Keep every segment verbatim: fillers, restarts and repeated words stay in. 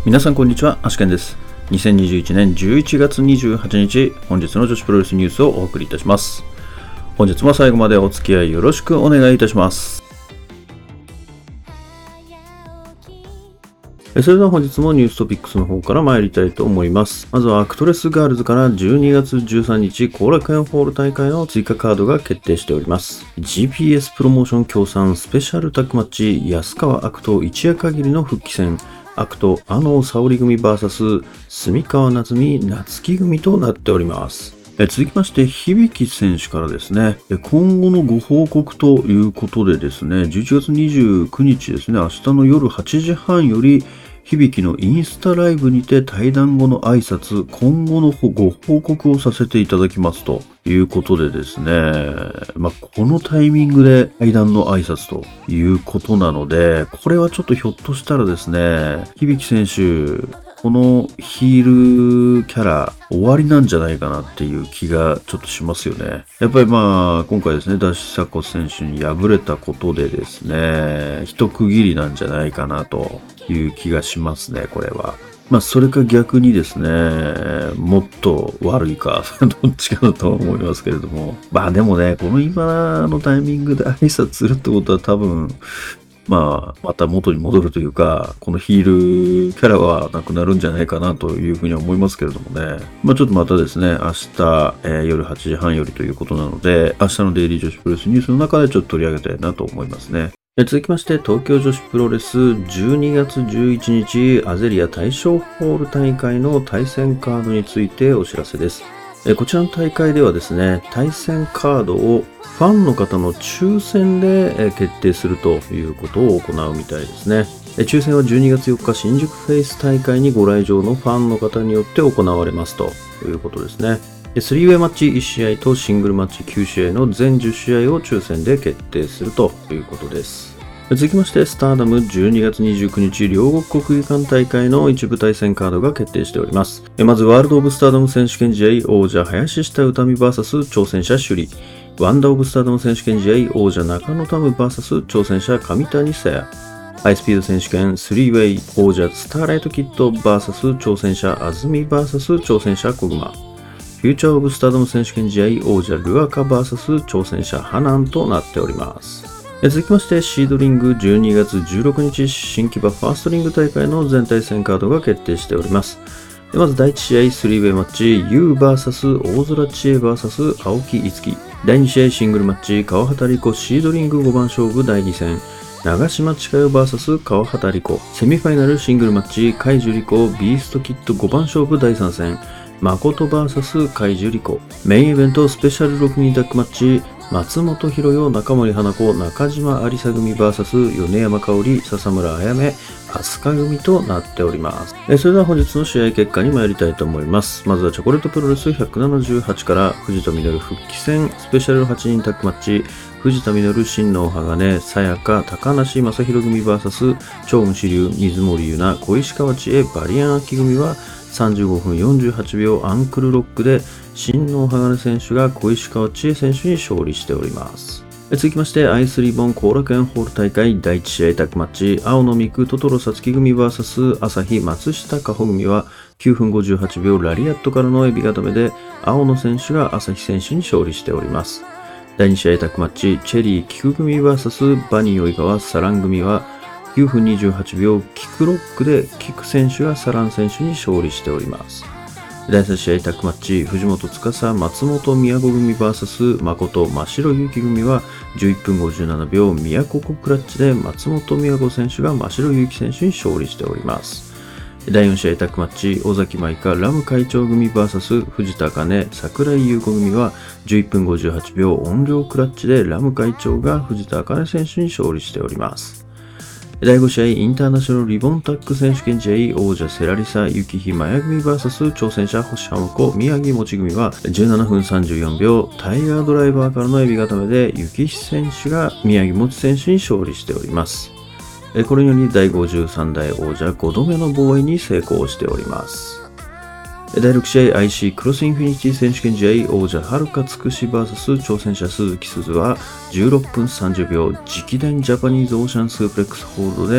皆さんこんにちは、アシケンです。にせんにじゅういちねんじゅういちがつにじゅうはちにち、本日の女子プロレスニュースをお送りいたします。本日も最後までお付き合いよろしくお願いいたします。それでは本日もニューストピックスの方から参りたいと思います。まずはアクトレスガールズからじゅうにがつじゅうさんにち後楽園ホール大会の追加カードが決定しております。ジーピーエス プロモーション協賛スペシャルタッグマッチ安川悪党一夜限りの復帰戦悪党阿能沙織組 ブイエス 住川夏美夏木組となっております。え続きまして、響選手からですね、今後のご報告ということでですね、じゅういちがつにじゅうくにちですね、明日の夜はちじはんより、響のインスタライブにて対談後の挨拶、今後のご報告をさせていただきますということでですね、まあ、このタイミングで対談の挨拶ということなので、これはちょっとひょっとしたらですね、響選手、このヒールキャラ終わりなんじゃないかなっていう気がちょっとしますよね。やっぱりまあ今回ですね、ダッシュサコ選手に敗れたことでですね、一区切りなんじゃないかなという気がしますね、これは。まあそれか逆にですね、もっと悪いか、どっちかだと思いますけれども。まあでもね、この今のタイミングで挨拶するってことは多分、まあ、また元に戻るというか、このヒールキャラはなくなるんじゃないかなというふうに思いますけれどもね。まあちょっとまたですね、明日、えー、夜はちじはんよりということなので、明日のデイリー女子プロレスニュースの中でちょっと取り上げたいなと思いますね。続きまして、東京女子プロレスじゅうにがつじゅういちにちアゼリア大賞ホール大会の対戦カードについてお知らせです。こちらの大会ではですね、対戦カードをファンの方の抽選で決定するということを行うみたいですね。抽選はじゅうにがつよっか新宿フェイス大会にご来場のファンの方によって行われますということですね。スリーウェイマッチいち試合とシングルマッチきゅうしあいの全じゅっしあいを抽選で決定するということです。続きまして、スターダムじゅうにがつにじゅうくにち両国国技館大会の一部対戦カードが決定しております。まず、ワールドオブスターダム選手権試合王者林下歌美 ブイエス 挑戦者首里。ワンダーオブスターダム選手権試合王者中野タム ブイエス 挑戦者上谷沙耶。ハイスピード選手権スリーウェイ王者スターライトキッド ブイエス 挑戦者安住 ブイエス 挑戦者小熊。フューチャーオブスターダム選手権試合王者ルアカ ブイエス 挑戦者ハナンとなっております。続きまして、シードリングじゅうにがつじゅうろくにち新木場ファーストリング大会の全対戦カードが決定しております。まずだいいち試合スリーウェイマッチ ユーブイエス 大空知恵 ブイエス 青木いつき。だいに試合シングルマッチ川畑理子シードリングごばん勝負だいに戦長島千佳代 ブイエス 川畑理子。セミファイナルシングルマッチ海樹理子ビーストキッドごばん勝負だいさん戦誠 ブイエス 海樹理子。メインイベントスペシャルろくにんタッグマッチ松本博代中森花子中島有沙組 ブイエス 米山香織笹村あやめ飛鳥組となっております。それでは本日の試合結果に参りたいと思います。まずはチョコレートプロレスひゃくななじゅうはちから藤田実復帰戦スペシャルはちにんタッグマッチ藤田実新能鋼さやか高梨正宏組 ブイエス 超雲支流水森優奈小石川知恵バリアン秋組はさんじゅうごふんよんじゅうはちびょうアンクルロックで新能鋼選手が小石川知恵選手に勝利しております。続きましてアイスリボン後楽園ホール大会だいいち試合タッグマッチ青野美久トトロさつき組 ブイエス 朝日松下香穂組はきゅうふんごじゅうはちびょうラリアットからのエビ固めで青野選手が朝日選手に勝利しております。だいに試合タッグマッチチェリー菊組 ブイエス バニー及川サラン組はきゅうふんにじゅうはちびょうキクロックでキク選手がサラン選手に勝利しております。だいさん試合タッグマッチ藤本司松本宮子組 ブイエス 誠真城祐希組はじゅういっぷんごじゅうななびょう宮古国クラッチで松本宮子選手が真城祐希選手に勝利しております。だいよん試合タッグマッチ尾崎舞香ラム会長組 ブイエス 藤田茜桜井優子組はじゅういっぷんごじゅうはちびょう音量クラッチでラム会長が藤田茜選手に勝利しております。だいご試合インターナショナルリボンタッグ選手権試合王者セラリサ雪日マヤ組 ブイエス 挑戦者星浜子宮城もち組はじゅうななふんさんじゅうよんびょうタイガードライバーからのエビ固めで雪日選手が宮城もち選手に勝利しております。これによりだいごじゅうさんだい王者ごどめの防衛に成功しております。だいろく試合 アイシー クロスインフィニティ選手権試合王者はるかつくし ブイエス 挑戦者鈴木鈴はじゅうろっぷんさんじゅうびょう直伝ジャパニーズオーシャンスープレックスホールドで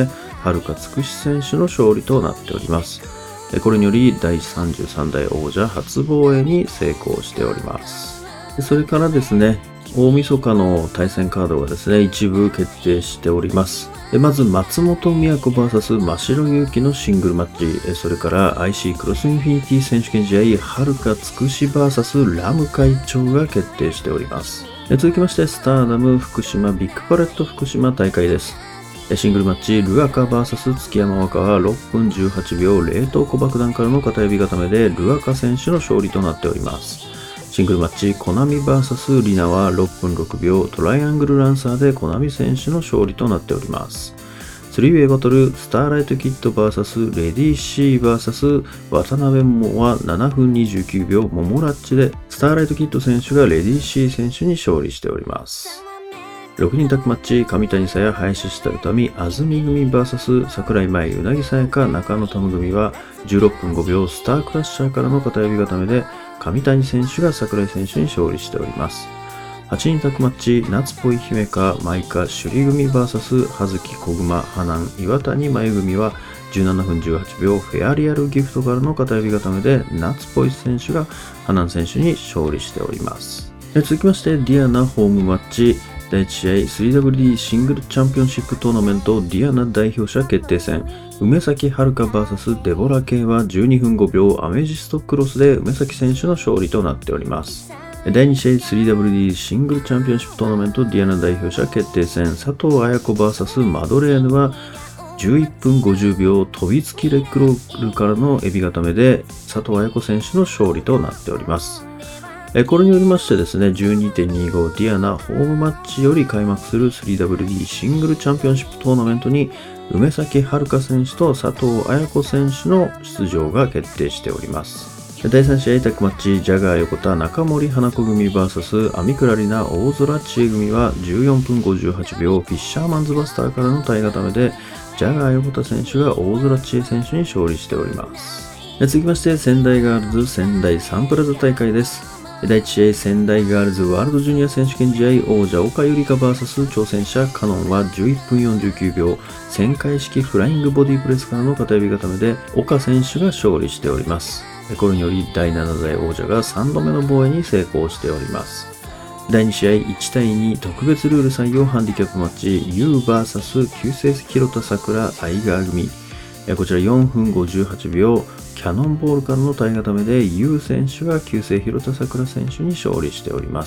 遥つくし選手の勝利となっております。これによりだいさんじゅうさん代王者初防衛に成功しております。それからですね、大晦日の対戦カードがですね、一部決定しております。まず、松本美和子 ブイエス 真城祐希のシングルマッチ、それから アイシー クロスインフィニティ選手権試合、遥つくし ブイエス ラム会長が決定しております。続きまして、スターダム福島ビッグパレット福島大会です。シングルマッチ、ルアカ ブイエス 月山若はろっぷんじゅうはちびょう冷凍小爆弾からの片指固めでルアカ選手の勝利となっております。シングルマッチ、コナミ ブイエス リナはろっぷんろくびょうトライアングルランサーでコナミ選手の勝利となっております。スリーウェイバトル、スターライトキッド ブイエス レディシー ブイエス 渡辺桃はななふんにじゅうきゅうびょうモモラッチで、スターライトキッド選手がレディシー選手に勝利しております。ろくにんタッグマッチ、上谷沙耶、林下歌美、安住組 ブイエス 桜井舞、うなぎさやか、中野玉組はじゅうろっぷんごびょうスタークラッシャーからの片指固めで、上谷選手が桜井選手に勝利しております。はちにんタッグマッチ、夏ぽい姫香、舞香、首里組 ブイエス 葉月小熊、花南、岩谷真由組はじゅうななふんじゅうはちびょうフェアリアルギフトからの片指固めで、夏ぽい選手が花南選手に勝利しております。続きまして、ディアナホームマッチ、だいいち試合 スリーダブリューディー シングルチャンピオンシップトーナメントディアナ代表者決定戦、梅崎遥 ブイエス デボラ系はじゅうにふんごびょうアメジストクロスで梅崎選手の勝利となっております。だいに試合 スリーダブリューディー シングルチャンピオンシップトーナメントディアナ代表者決定戦、佐藤綾子 ブイエス マドレーヌはじゅういっぷんごじゅうびょう飛びつきレッグロールからのエビ固めで佐藤綾子選手の勝利となっております。これによりましてですね、じゅうにてんにじゅうご ディアナホームマッチより開幕する スリーダブリューディー シングルチャンピオンシップトーナメントに梅崎遥選手と佐藤綾子選手の出場が決定しております。だいさん試合タッグマッチ、ジャガー横田中森花子組 ブイエス 網倉里奈大空知恵組はじゅうよんぷんごじゅうはちびょうフィッシャーマンズバスターからの体固めで、ジャガー横田選手が大空知恵選手に勝利しております。続きまして、仙台ガールズ仙台サンプラザ大会です。だいいち試合仙台ガールズワールドジュニア選手権試合、王者岡ゆりか ブイエス 挑戦者カノンはじゅういっぷんよんじゅうきゅうびょう旋回式フライングボディプレスからの片指固めで岡選手が勝利しております。これによりだいなな代王者がさんどめの防衛に成功しております。だいに試合いちたいに特別ルール採用ハンディキャップマッチ ユーブイエス 旧姓広田桜相川組、こちらよんふんごじゅうはちびょうキャノンボールからの体固めで ユー 選手が旧姓広田桜選手に勝利しております。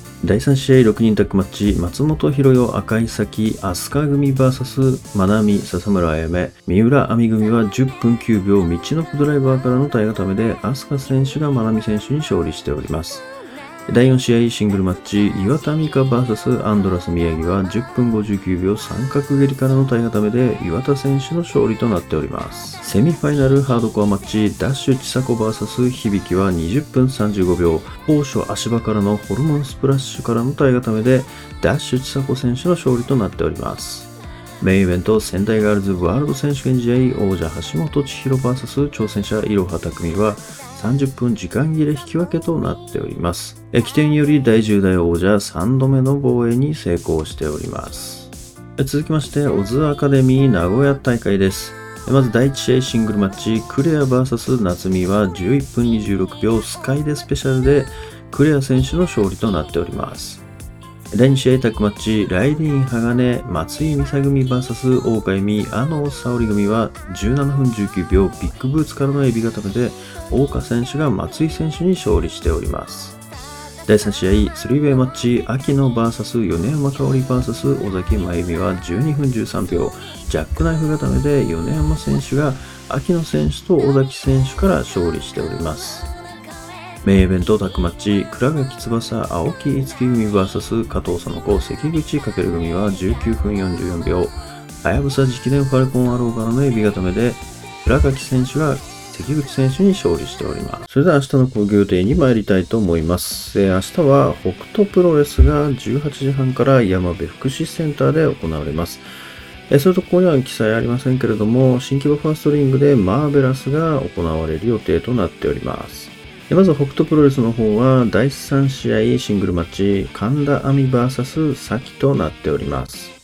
だいさん試合ろくにんタッグマッチ、松本博代赤井咲飛鳥組 ブイエス まなみ笹村あやめ三浦亜美組はじゅっぷんきゅうびょう道のくドライバーからの体固めで飛鳥選手がまなみ選手に勝利しております。だいよん試合シングルマッチ、岩田美香 ブイエス アンドラス宮城はじゅっぷんごじゅうきゅうびょう三角蹴りからの体固めで岩田選手の勝利となっております。セミファイナルハードコアマッチ、ダッシュ千佐子 ブイエス 響はにじゅっぷんさんじゅうごびょう高所足場からのホルモンスプラッシュからの体固めでダッシュ千佐子選手の勝利となっております。メインイベント仙台ガールズワールド選手権試合、王者橋本千尋 ブイエス 挑戦者いろは匠はさんじゅっぷん時間切れ引き分けとなっております。規定によりだいじゅう代王者さんどめの防衛に成功しております。続きまして、オズアカデミー名古屋大会です。まずだいいち試合シングルマッチ、クレア ブイエス 夏美はじゅういっぷんにじゅうろくびょうスカイデスペシャルでクレア選手の勝利となっております。だいに試合タッグマッチ、ライディン鋼松井美沙組 ブイエス 大岡恵美阿野沙織組はじゅうななふんじゅうきゅうびょうビッグブーツからのエビ固めで大岡選手が松井選手に勝利しております。だいさん試合スリーウェイマッチ、秋野 ブイエス 米山香織 ブイエス 尾崎真由美はじゅうにふんじゅうさんびょうジャックナイフ固めで米山選手が秋野選手と尾崎選手から勝利しております。メインイベントタッグマッチ、倉垣翼青木五木組 ブイエス 加藤園子関口翔組はじゅうきゅうふんよんじゅうよんびょうはやぶさ直伝ファルコンアローからのエビ固めで倉垣選手が関口選手に勝利しております。それでは明日の講義予定に参りたいと思います。えー、明日は北斗プロレスがじゅうはちじはんから山辺福祉センターで行われます。えー、それとここには記載ありませんけれども、新規場ファーストリングでマーベラスが行われる予定となっております。まず北斗プロレスの方はだいさん試合シングルマッチ、神田亜美 ブイエス サキとなっております。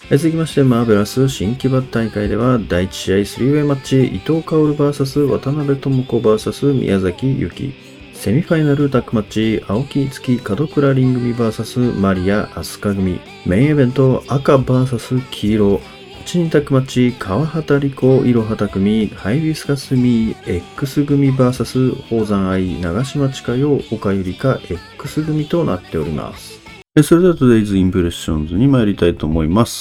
え続きまして、マーベラス新木場大会では、だいいち試合スリーウェイマッチ、伊藤薫 ブイエス 渡辺智子 ブイエス 宮崎ゆき。セミファイナルタッグマッチ、青木月門倉凛組 ブイエス マリア飛鳥組。メインイベント、赤 ブイエス 黄色。はちにんタッグマッチ、川畑理子、いろはた組、ハイビスカスミ、X 組 ブイエス 宝山愛、長島千佳代、岡ゆりか X 組となっております。それでは Today's Impressions に参りたいと思います。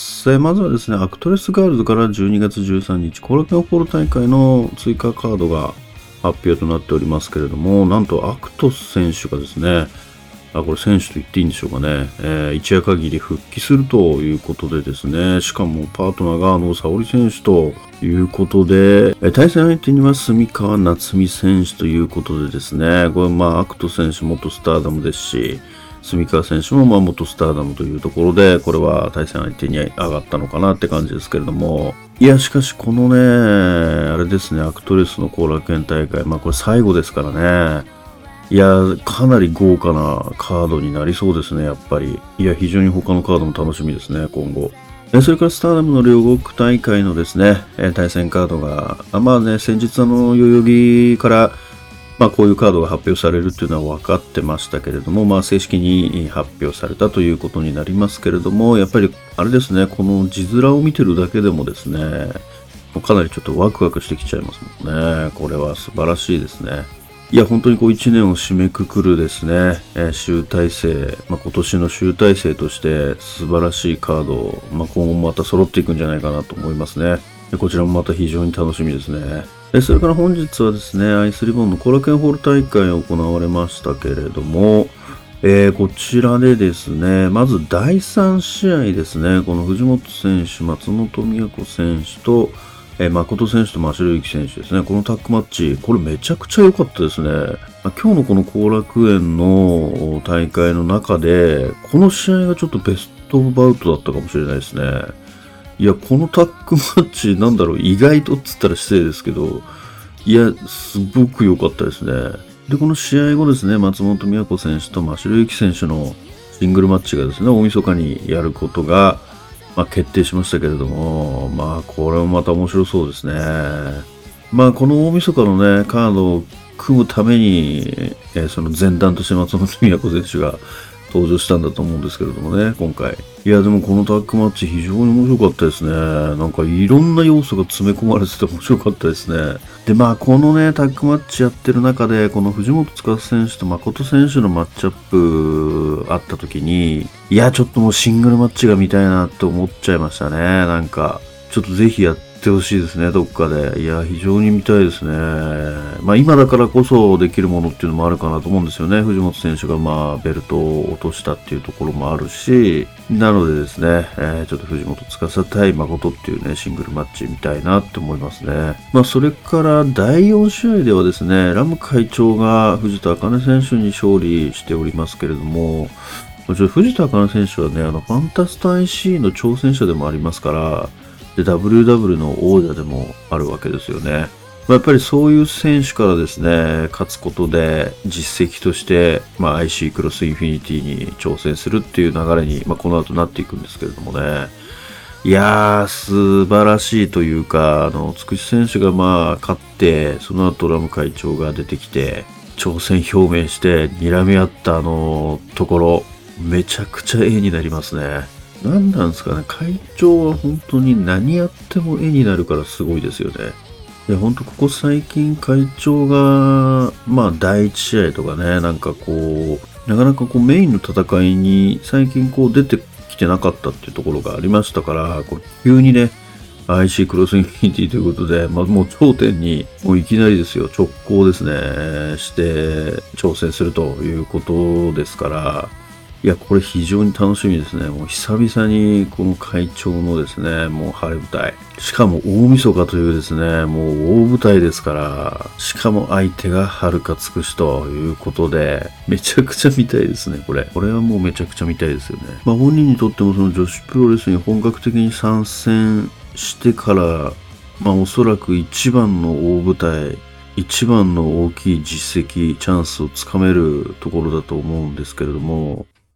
まずはですね、アクトレスガールズからじゅうにがつじゅうさんにち、後楽園ホール大会の追加カードが発表となっておりますけれども、なんとアクトス選手がですね、あ、これ選手と言っていいんでしょうかね、えー、一夜限り復帰するということでですね、しかもパートナーがあの沙織選手ということで、えー、対戦相手には住川夏美選手ということでですね、これまあアクト選手元スターダムですし、住川選手もまあ元スターダムというところで、これは対戦相手に上がったのかなって感じですけれども、いや、しかしこのね、あれですね、アクトレスの後楽園大会、まあこれ最後ですからね、いや、かなり豪華なカードになりそうですね、やっぱり。いや、非常に他のカードも楽しみですね、今後。それからスターダムの両国大会のですね、対戦カードが、まあね、先日あの、代々木から、まあこういうカードが発表されるっていうのは分かってましたけれども、まあ正式に発表されたということになりますけれども、やっぱりあれですね、この字面を見てるだけでもですね、かなりちょっとワクワクしてきちゃいますもんね。これは素晴らしいですね。いや、本当にこう一年を締めくくるですね、えー、集大成、まあ、今年の集大成として素晴らしいカード、まあ、今後もまた揃っていくんじゃないかなと思いますね。でこちらもまた非常に楽しみですね。でそれから本日はですね、アイスリボンの後楽園ホール大会行われましたけれども、えー、こちらでですね、まずだいさん試合ですね、この藤本選手、松本美和子選手と、えー、誠選手と真城幸選手ですね。このタッグマッチ、これめちゃくちゃ良かったですね。今日のこの後楽園の大会の中で、この試合がちょっとベストオブバウトだったかもしれないですね。いや、このタッグマッチ、なんだろう、意外とっつったら失礼ですけど、いや、すごく良かったですね。で、この試合後ですね、松本美和子選手と真城幸選手のシングルマッチがですね、大晦日にやることが、まあ、決定しましたけれども、まあ、これもまた面白そうですね。まあ、この大晦日のね、カードを組むために、えー、その前段として松本美和子選手が登場したんだと思うんですけれどもね、今回。いや、でもこのタッグマッチ非常に面白かったですね。なんかいろんな要素が詰め込まれてて面白かったですね。で、まあ、このね、タッグマッチやってる中で、この藤本司選手と誠選手のマッチアップあった時に、いや、ちょっともうシングルマッチが見たいなって思っちゃいましたね。なんか、ちょっとぜひやってほしいですね、どっかで。いや、非常に見たいですね。まあ、今だからこそできるものっていうのもあるかなと思うんですよね。藤本選手がまあ、ベルトを落としたっていうところもあるし、なのでですね、えー、ちょっと藤本司対誠っていうね、シングルマッチ見たいなって思いますね。まあ、それからだいよん試合ではですね、ラム会長が藤田茜選手に勝利しておりますけれども、藤田茜選手はね、あの、ファンタスタ アイシー の挑戦者でもありますから、で、ダブリューダブリュー の王者でもあるわけですよね。まあ、やっぱりそういう選手からですね、勝つことで実績として、まあ、アイシー クロスインフィニティに挑戦するっていう流れに、まあ、この後なっていくんですけれどもね。いやー、素晴らしいというか、あの、つくし選手がまあ、勝って、その後ラム会長が出てきて、挑戦表明して、睨み合ったあの、ところ、めちゃくちゃ絵になりますね。何なんですかね、会長は本当に何やっても絵になるからすごいですよね。いや、本当ここ最近会長が、まあだいいち試合とかね、なんかこう、なかなかこうメインの戦いに最近こう出てきてなかったっていうところがありましたから、こう急にね、アイシー クロスインフィニティということで、まあもう頂点に、もういきなりですよ、直行ですね、して挑戦するということですから、いや、これ非常に楽しみですね。もう久々にこの会長のですね、もう晴れ舞台。しかも大晦日というですね、もう大舞台ですから、しかも相手が遥かつくしということで、めちゃくちゃ見たいですね、これ。これはもうめちゃくちゃ見たいですよね。まあ本人にとってもその女子プロレスに本格的に参戦してから、まあおそらく一番の大舞台、一番の大きい実績、チャンスをつかめるところだと思うんですけれども、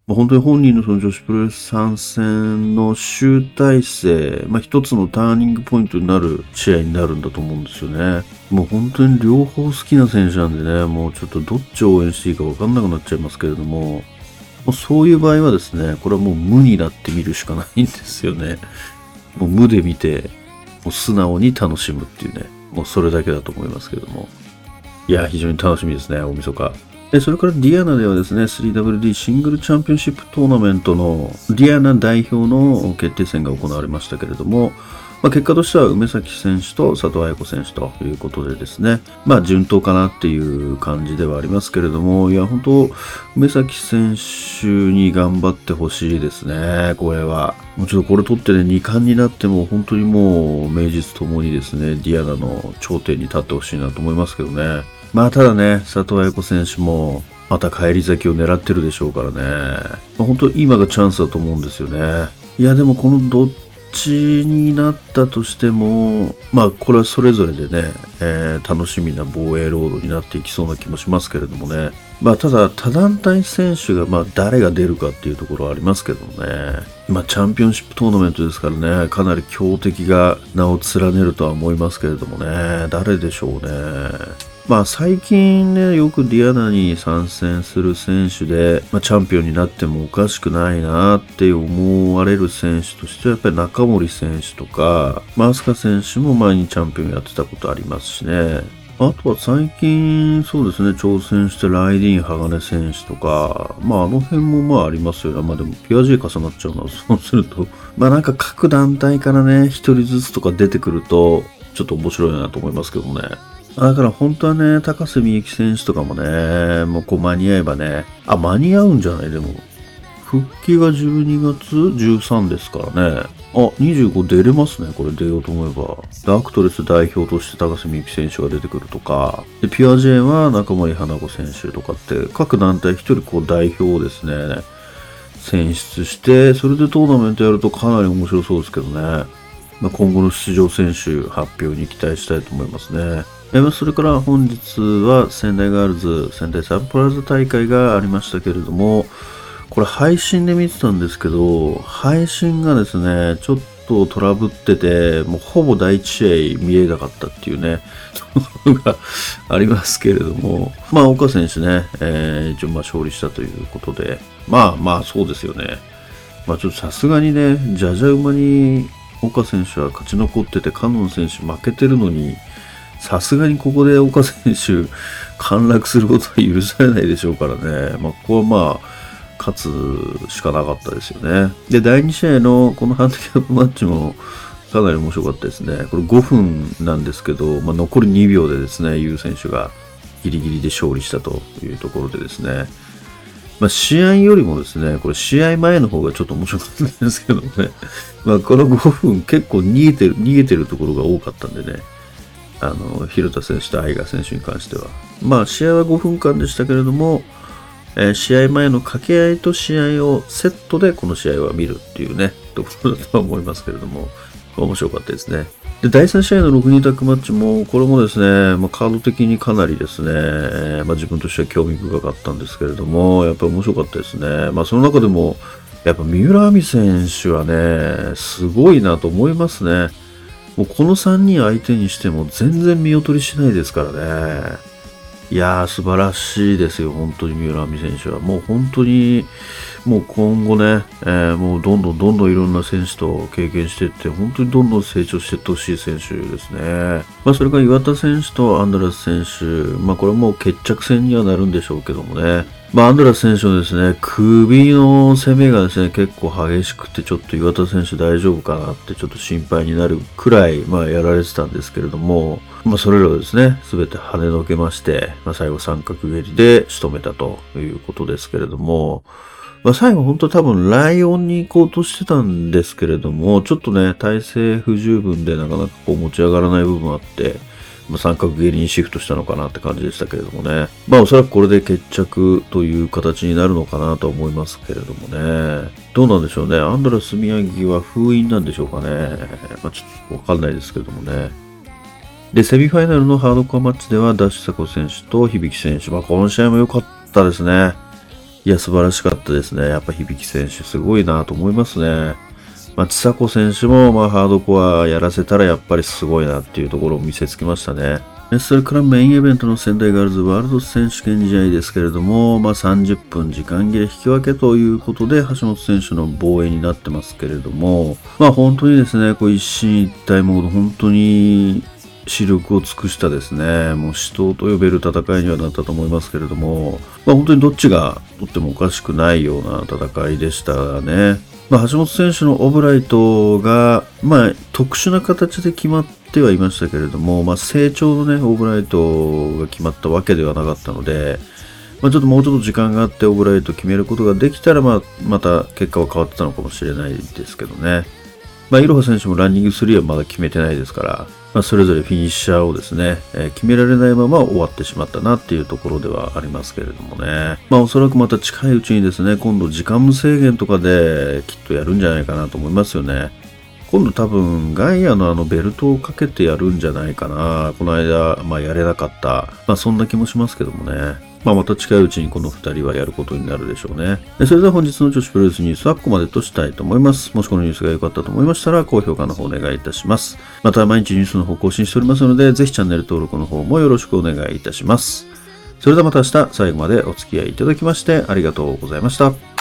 まあ、本当に本人のその女子プロレス参戦の集大成、まあ、一つのターニングポイントになる試合になるんだと思うんですよね。もう本当に両方好きな選手なんでね、もうちょっとどっちを応援していいか分かんなくなっちゃいますけれども、もうそういう場合はですね、これはもう無になってみるしかないんですよね。もう無で見て、もう素直に楽しむっていうね、もうそれだけだと思いますけれども。いや、非常に楽しみですね、大晦日。でそれからディアナではですね、スリーダブリューディー シングルチャンピオンシップトーナメントのディアナ代表の決定戦が行われましたけれども、まあ、結果としては梅崎選手と佐藤綾子選手ということでですね、まあ順当かなっていう感じではありますけれども、いや本当梅崎選手に頑張ってほしいですね、これは。もうちょっとこれ取ってね、に冠になっても本当にもう名実ともにですね、ディアナの頂点に立ってほしいなと思いますけどね。まあただね、佐藤綾子選手もまた返り咲きを狙ってるでしょうからね。まあ、本当今がチャンスだと思うんですよね。いやでもこのどっちになったとしても、まあこれはそれぞれでね、えー、楽しみな防衛ロードになっていきそうな気もしますけれどもね。まあただ他団体選手がまあ誰が出るかっていうところはありますけどもね。まあチャンピオンシップトーナメントですからね、かなり強敵が名を連ねるとは思いますけれどもね、誰でしょうね。まあ最近ね、よくディアナに参戦する選手で、まあ、チャンピオンになってもおかしくないなって思われる選手としては、やっぱり中森選手とか、まあ、飛鳥選手も前にチャンピオンやってたことありますしね。あとは最近、そうですね、挑戦してライディーン・鋼選手とか、まああの辺もまあありますよね。まあでもピュア G 重なっちゃうな。そうすると、まあなんか各団体からね、一人ずつとか出てくると、ちょっと面白いなと思いますけどね。だから本当はね、高瀬美幸選手とかもね、もうこう間に合えばね、あ、間に合うんじゃないでも、復帰がじゅうにがつじゅうさんですからね。あ、にじゅうご出れますね、これ出ようと思えば。で、アクトレス代表として高瀬美幸選手が出てくるとか、で、ピュア J は中森花子選手とかって、各団体一人こう代表をですね、選出して、それでトーナメントやるとかなり面白そうですけどね。まあ、今後の出場選手発表に期待したいと思いますね。それから本日は仙台ガールズ仙台サンプラザ大会がありましたけれども、これ配信で見てたんですけど、配信がですね、ちょっとトラブってて、もうほぼ第一試合見えなかったっていうね、ところがありますけれども、まあ岡選手ね、えー、一応まあ勝利したということで、まあまあそうですよね。まあちょっとさすがにね、じゃじゃ馬に岡選手は勝ち残ってて、カノン選手負けてるのに、さすがにここで岡選手陥落することは許されないでしょうからね。まあ、ここはまあ、勝つしかなかったですよね。で、だいに試合のこのハンディキャップマッチもかなり面白かったですね。これごふんなんですけど、まあ、残りにびょうでですね、ユウ選手がギリギリで勝利したというところでですね。まあ、試合よりもですね、これ試合前の方がちょっと面白かったんですけどね。まあ、このごふん結構逃げてる、逃げてるところが多かったんでね。あの、広田選手と相賀選手に関しては。まあ、試合はごふんかんでしたけれども、えー、試合前の掛け合いと試合をセットでこの試合は見るっていうね、ところだとは思いますけれども、面白かったですね。で、だいさん試合のろくにタッグマッチも、これもですね、まあ、カード的にかなりですね、えーまあ、自分としては興味深かったんですけれども、やっぱり面白かったですね。まあ、その中でも、やっぱ三浦亜美選手はね、すごいなと思いますね。もうこのさんにん相手にしても全然見劣りしないですからね。いやー素晴らしいですよ、本当に三浦亜美選手は。もう本当に、もう今後ね、えー、もうどんどんどんどんいろんな選手と経験していって、本当にどんどん成長していってほしい選手ですね。まあそれから岩田選手とアンドラス選手、まあこれはもう決着戦にはなるんでしょうけどもね。まあ、アンドラス選手のですね、首の攻めがですね、結構激しくて、ちょっと岩田選手大丈夫かなってちょっと心配になるくらい、まあ、やられてたんですけれども、まあ、それらをですね、すべて跳ねのけまして、まあ、最後三角蹴りで仕留めたということですけれども、まあ、最後本当多分ライオンに行こうとしてたんですけれども、ちょっとね、体勢不十分でなかなかこう持ち上がらない部分もあって、まあ、三角蹴りにシフトしたのかなって感じでしたけれどもね。まあおそらくこれで決着という形になるのかなと思いますけれどもね。どうなんでしょうね。アンドラス宮城は封印なんでしょうかね。まあちょっとわかんないですけれどもね。で、セミファイナルのハードコアマッチではダッシュサコ選手と響選手。まあこの試合も良かったですね。 いや、素晴らしかったですね。やっぱ響選手すごいなと思いますね。まあ、千佐子選手も、まあ、ハードコアやらせたらやっぱりすごいなっていうところを見せつけましたね。それからメインイベントの仙台ガールズワールド選手権試合ですけれども、まあ、さんじゅっぷん時間切れ引き分けということで橋本選手の防衛になってますけれども、まあ本当にですね、こう一進一退モード、本当に視力を尽くしたですね、もう死闘と呼べる戦いにはなったと思いますけれども、まあ本当にどっちがとってもおかしくないような戦いでしたね。まあ、橋本選手のオブライトが、まあ、特殊な形で決まってはいましたけれども、まあ、成長のね、オブライトが決まったわけではなかったので、まあ、ちょっともうちょっと時間があってオブライト決めることができたら、まあ、また結果は変わってたのかもしれないですけどね。まあ、いろは選手もランニングスリーはまだ決めてないですから、まあ、それぞれフィニッシャーをですね、えー、決められないまま終わってしまったなっていうところではありますけれどもね。まあ、おそらくまた近いうちにですね、今度時間無制限とかできっとやるんじゃないかなと思いますよね。今度多分ガイアのあのベルトをかけてやるんじゃないかな。この間、まあ、やれなかった。まあ、そんな気もしますけどもね。まあ、また近いうちにこのふたりはやることになるでしょうね。それでは本日の女子プロレスニュースはここまでとしたいと思います。もしこのニュースが良かったと思いましたら、高評価の方お願いいたします。また毎日ニュースの方更新しておりますので、ぜひチャンネル登録の方もよろしくお願いいたします。それではまた明日最後までお付き合いいただきましてありがとうございました。